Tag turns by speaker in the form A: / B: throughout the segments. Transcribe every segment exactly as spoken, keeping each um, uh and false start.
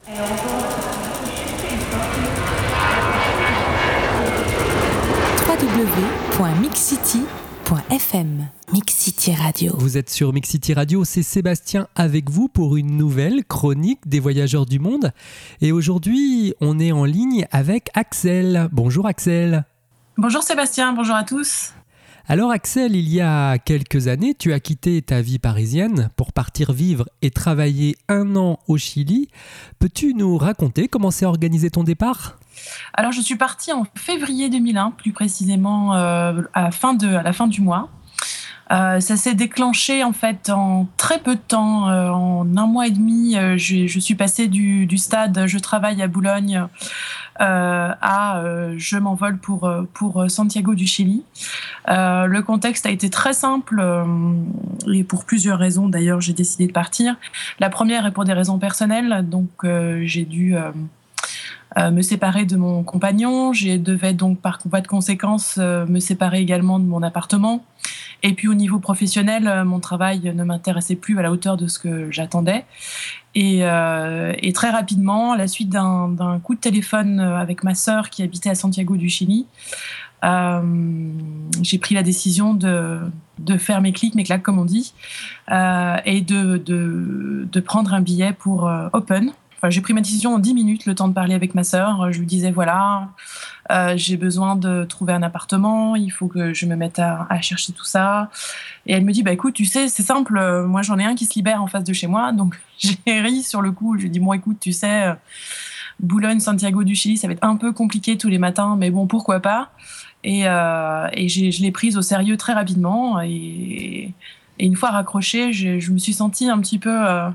A: w w w point mixcity point f m. Mixcity Radio.
B: Vous êtes sur Mixcity Radio, c'est Sébastien avec vous pour une nouvelle chronique des voyageurs du monde. Et aujourd'hui, on est en ligne avec Axel. Bonjour Axel.
C: Bonjour Sébastien, bonjour à tous.
B: Alors Axel, il y a quelques années, tu as quitté ta vie parisienne pour partir vivre et travailler un an au Chili. Peux-tu nous raconter comment s'est organisé ton départ ?
C: Alors je suis partie en février deux mille un, plus précisément euh, à, la fin de, à la fin du mois. Euh, ça s'est déclenché en fait en très peu de temps, euh, en un mois et demi. Euh, je, je suis passée du, du stade « je travaille à Boulogne » euh, à euh, « je m'envole pour, pour Santiago du Chili ». Euh, le contexte a été très simple euh, et pour plusieurs raisons d'ailleurs j'ai décidé de partir. La première est pour des raisons personnelles, donc euh, j'ai dû... Euh, Euh, me séparer de mon compagnon. Je devais donc par voie de conséquence euh, me séparer également de mon appartement. Et puis au niveau professionnel, euh, mon travail ne m'intéressait plus à la hauteur de ce que j'attendais. Et, euh, et très rapidement, à la suite d'un, d'un coup de téléphone avec ma sœur qui habitait à Santiago du Chili, euh, j'ai pris la décision de, de faire mes clics, mes claques comme on dit, euh, et de, de, de prendre un billet pour euh, Open. Enfin, j'ai pris ma décision en dix minutes, le temps de parler avec ma sœur. Je lui disais, voilà, euh, j'ai besoin de trouver un appartement, il faut que je me mette à, à chercher tout ça. Et elle me dit, bah écoute, tu sais, c'est simple, moi j'en ai un qui se libère en face de chez moi. Donc j'ai ri sur le coup, je lui ai dit, bon écoute, tu sais, Boulogne, Santiago du Chili, ça va être un peu compliqué tous les matins, mais bon, pourquoi pas. Et, euh, et j'ai, je l'ai prise au sérieux très rapidement. Et, et une fois raccrochée, je, je me suis sentie un petit peu... Euh,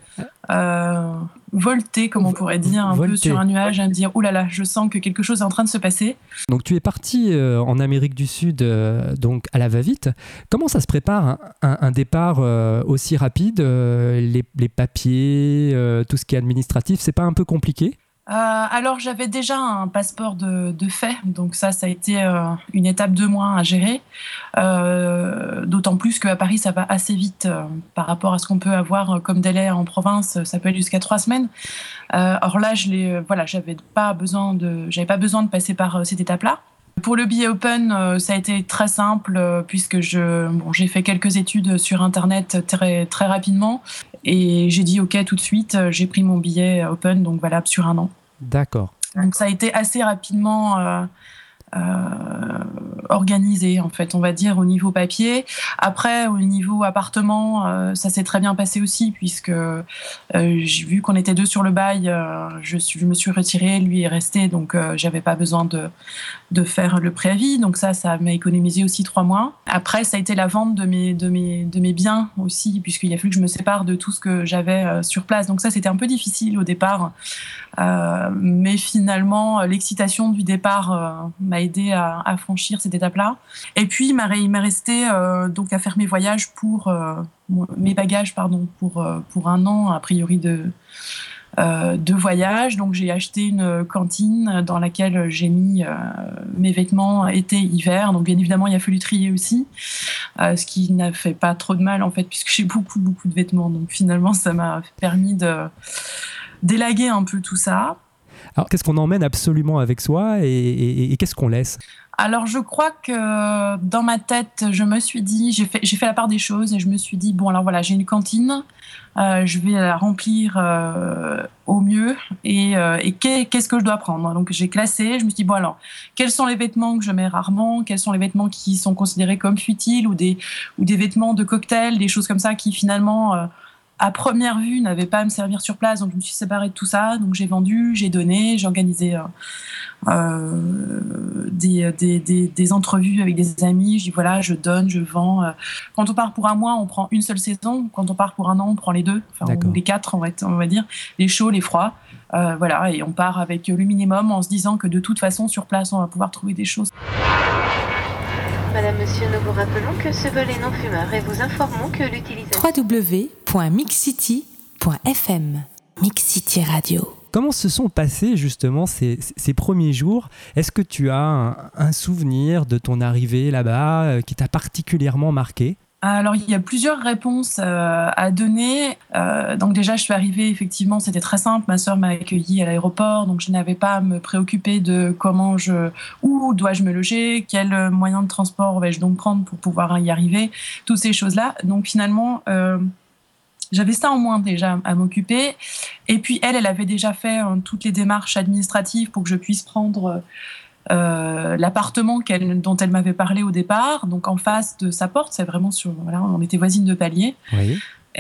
C: Euh, volter, comme on pourrait dire, un volter. peu sur un nuage, à me dire « Ouh là là, je sens que quelque chose est en train de se passer ».
B: Donc tu es parti euh, en Amérique du Sud, euh, donc à la va-vite. Comment ça se prépare un, un, un départ euh, aussi rapide euh, les, les papiers, euh, tout ce qui est administratif, c'est pas un peu compliqué ?
C: Euh, alors j'avais déjà un passeport de, de fait, donc ça, ça a été euh, une étape de moins à gérer. Euh, d'autant plus qu'à Paris, ça va assez vite euh, par rapport à ce qu'on peut avoir comme délai en province. Ça peut aller jusqu'à trois semaines. Euh, or là, je l'ai, voilà, j'avais pas besoin de, j'avais pas besoin de passer par euh, cette étape-là. Pour le billet Open, euh, ça a été très simple euh, puisque je, bon, j'ai fait quelques études sur Internet très, très rapidement et j'ai dit OK tout de suite. J'ai pris mon billet Open, donc valable sur un an.
B: D'accord.
C: Donc ça a été assez rapidement euh, euh, organisé, en fait, on va dire, au niveau papier. Après, au niveau appartement, euh, ça s'est très bien passé aussi, puisque euh, j'ai vu qu'on était deux sur le bail, euh, je, suis, je me suis retirée, lui est resté, donc euh, j'avais pas besoin de, de faire le préavis. Donc ça, ça m'a économisé aussi trois mois. Après, ça a été la vente de mes, de mes, de mes biens aussi, puisqu'il a fallu que je me sépare de tout ce que j'avais euh, sur place. Donc ça, c'était un peu difficile au départ. Euh, mais finalement, l'excitation du départ euh, m'a aidé à, à franchir cette étape-là. Et puis, il m'a, il m'a resté euh, donc à faire mes voyages pour euh, mes bagages, pardon, pour euh, pour un an a priori de euh, de voyage. Donc, j'ai acheté une cantine dans laquelle j'ai mis euh, mes vêtements été, hiver. Donc, bien évidemment, il a fallu trier aussi, euh, ce qui n'a fait pas trop de mal en fait, puisque j'ai beaucoup beaucoup de vêtements. Donc, finalement, ça m'a permis de d'élaguer un peu tout ça.
B: Alors, qu'est-ce qu'on emmène absolument avec soi et, et, et qu'est-ce qu'on laisse ?
C: Alors, je crois que dans ma tête, je me suis dit, j'ai fait, j'ai fait la part des choses et je me suis dit, bon, alors voilà, j'ai une cantine, euh, je vais la remplir euh, au mieux et, euh, et qu'est-ce que je dois prendre ? Donc, j'ai classé, je me suis dit, bon, alors, quels sont les vêtements que je mets rarement ? Quels sont les vêtements qui sont considérés comme futiles ou des, ou des vêtements de cocktail, des choses comme ça qui finalement... Euh, à première vue, n'avait pas à me servir sur place, donc je me suis séparée de tout ça. Donc j'ai vendu, j'ai donné, j'ai organisé euh, euh, des, des, des, des entrevues avec des amis. Je dis voilà, je donne, je vends. Quand on part pour un mois, on prend une seule saison. Quand on part pour un an, on prend les deux, enfin on, les quatre, on va, on va dire, les chauds, les froids. Euh, voilà, et on part avec le minimum en se disant que de toute façon, sur place, on va pouvoir trouver des choses.
D: Madame, monsieur, nous vous rappelons que ce vol est non fumeur et vous informons que l'utilisation...
A: w w w point mixcity point f m. Mixcity Radio.
B: Comment se sont passés justement ces, ces premiers jours ? Est-ce que tu as un, un souvenir de ton arrivée là-bas euh, qui t'a particulièrement marqué ?
C: Alors, il y a plusieurs réponses euh, à donner. Euh, donc déjà, je suis arrivée, effectivement, c'était très simple. Ma sœur m'a accueillie à l'aéroport, donc je n'avais pas à me préoccuper de comment je, où dois-je me loger, quel moyen de transport vais-je donc prendre pour pouvoir y arriver, toutes ces choses-là. Donc finalement, euh, j'avais ça en moins déjà à m'occuper. Et puis elle, elle avait déjà fait hein, toutes les démarches administratives pour que je puisse prendre Euh, l'appartement qu'elle, dont elle m'avait parlé au départ, donc en face de sa porte, c'est vraiment sur, voilà, on était voisines de palier.
B: Oui.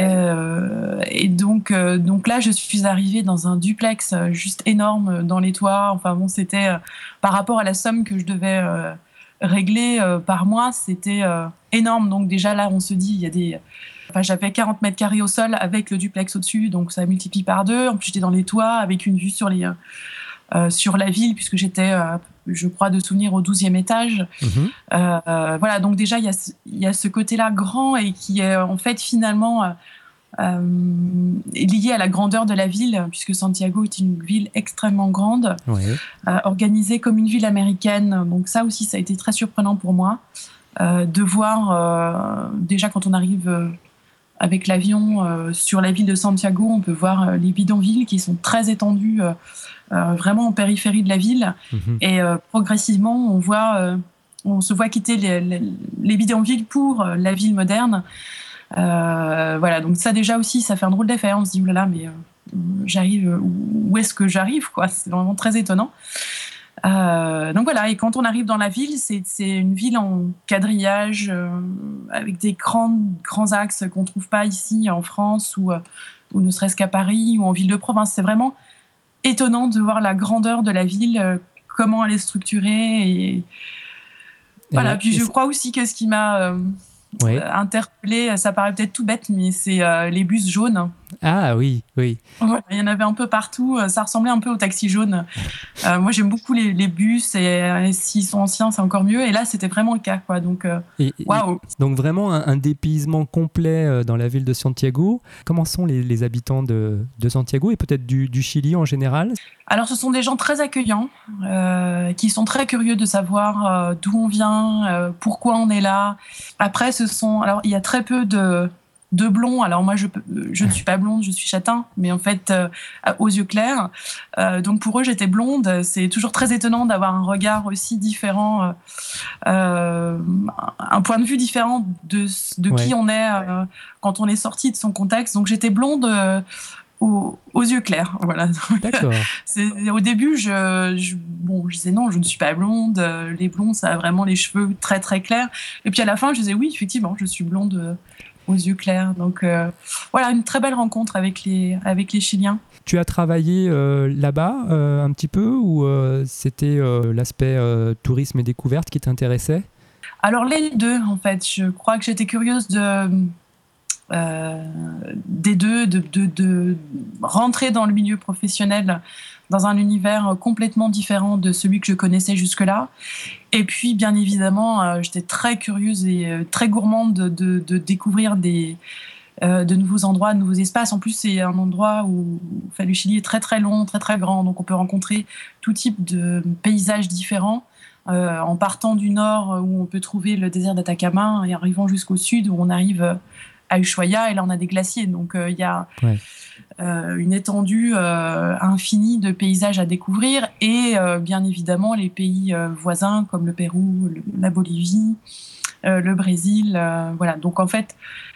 C: Euh, et donc, euh, donc là, je suis arrivée dans un duplex juste énorme dans les toits. Enfin bon, c'était euh, par rapport à la somme que je devais euh, régler euh, par mois, c'était euh, énorme. Donc déjà là, on se dit, il y a des Enfin, j'avais quarante mètres carrés au sol avec le duplex au-dessus, donc ça multiplie par deux. En plus, j'étais dans les toits avec une vue sur les euh, sur la ville, puisque j'étais, euh, je crois, de souvenir au douzième étage. Mmh. Euh, voilà, donc déjà, il y a, y a ce côté-là grand et qui est en fait finalement euh, euh, lié à la grandeur de la ville, puisque Santiago est une ville extrêmement grande, ouais. euh, organisée comme une ville américaine. Donc ça aussi, ça a été très surprenant pour moi, euh, de voir, euh, déjà quand on arrive... Euh, avec l'avion euh, sur la ville de Santiago, on peut voir euh, les bidonvilles qui sont très étendus, euh, euh, vraiment en périphérie de la ville. Mmh. Et euh, progressivement, on, voit, euh, on se voit quitter les, les, les bidonvilles pour euh, la ville moderne. Euh, voilà, donc ça déjà aussi, ça fait un drôle d'effet. On se dit, oulala, mais euh, j'arrive, où est-ce que j'arrive, quoi ? C'est vraiment très étonnant. Euh, donc voilà, et quand on arrive dans la ville, c'est, c'est une ville en quadrillage, euh, avec des grands, grands axes qu'on ne trouve pas ici en France ou, euh, ou ne serait-ce qu'à Paris ou en ville de province. C'est vraiment étonnant de voir la grandeur de la ville, euh, comment elle est structurée. Et, et voilà, puis je crois aussi que ce qui m'a euh, oui. euh, interpellée, ça paraît peut-être tout bête, mais c'est euh, les bus jaunes.
B: Ah oui, oui.
C: Voilà, il y en avait un peu partout. Ça ressemblait un peu aux taxis jaunes. Euh, moi, j'aime beaucoup les, les bus et, et s'ils sont anciens, c'est encore mieux. Et là, c'était vraiment le cas, quoi. Donc, euh, waouh.
B: Donc vraiment un, un dépaysement complet dans la ville de Santiago. Comment sont les, les habitants de, de Santiago et peut-être du, du Chili en général ?
C: Alors, ce sont des gens très accueillants, euh, qui sont très curieux de savoir euh, d'où on vient, euh, pourquoi on est là. Après, ce sont, alors, il y a très peu de de blonds. Alors moi, je, je ne suis pas blonde, je suis châtain, mais en fait, euh, aux yeux clairs. Euh, donc pour eux, j'étais blonde. C'est toujours très étonnant d'avoir un regard aussi différent, euh, un point de vue différent de, de ouais. qui on est euh, quand on est sorti de son contexte. Donc j'étais blonde euh, aux, aux yeux clairs. Voilà.
B: D'accord.
C: C'est, au début, je, je, bon, je disais non, je ne suis pas blonde. Les blonds, ça a vraiment les cheveux très très clairs. Et puis à la fin, je disais oui, effectivement, je suis blonde euh, aux yeux clairs. Donc euh, voilà, une très belle rencontre avec les, avec les Chiliens.
B: Tu as travaillé euh, là-bas euh, un petit peu ou euh, c'était euh, l'aspect euh, tourisme et découverte qui t'intéressait ?
C: Alors les deux, en fait. Je crois que j'étais curieuse de, euh, des deux, de, de, de rentrer dans le milieu professionnel dans un univers complètement différent de celui que je connaissais jusque-là. Et puis, bien évidemment, euh, j'étais très curieuse et euh, très gourmande de, de, de découvrir des, euh, de nouveaux endroits, de nouveaux espaces. En plus, c'est un endroit où enfin, le Chili est très, très long, très, très grand. Donc, on peut rencontrer tout type de paysages différents. Euh, en partant du nord, où on peut trouver le désert d'Atacama, et arrivant jusqu'au sud, où on arrive à Ushuaia, et là, on a des glaciers. Donc, il euh, y a... Ouais. Euh, une étendue euh, infinie de paysages à découvrir et euh, bien évidemment les pays euh, voisins comme le Pérou, le, la Bolivie, euh, le Brésil. Euh, voilà. Donc en fait,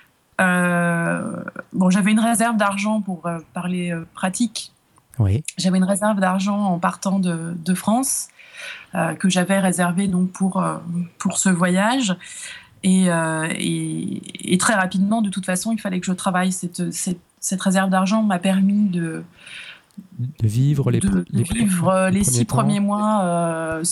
C: euh, bon, j'avais une réserve d'argent pour euh, parler euh, pratique.
B: Oui.
C: J'avais une réserve d'argent en partant de, de France euh, que j'avais réservée donc pour, euh, pour ce voyage. Et, euh, et, et très rapidement, de toute façon, il fallait que je travaille. Cette, cette, cette réserve d'argent m'a permis de,
B: de vivre les,
C: de,
B: les,
C: de vivre les, les six
B: premiers
C: premiers mois euh,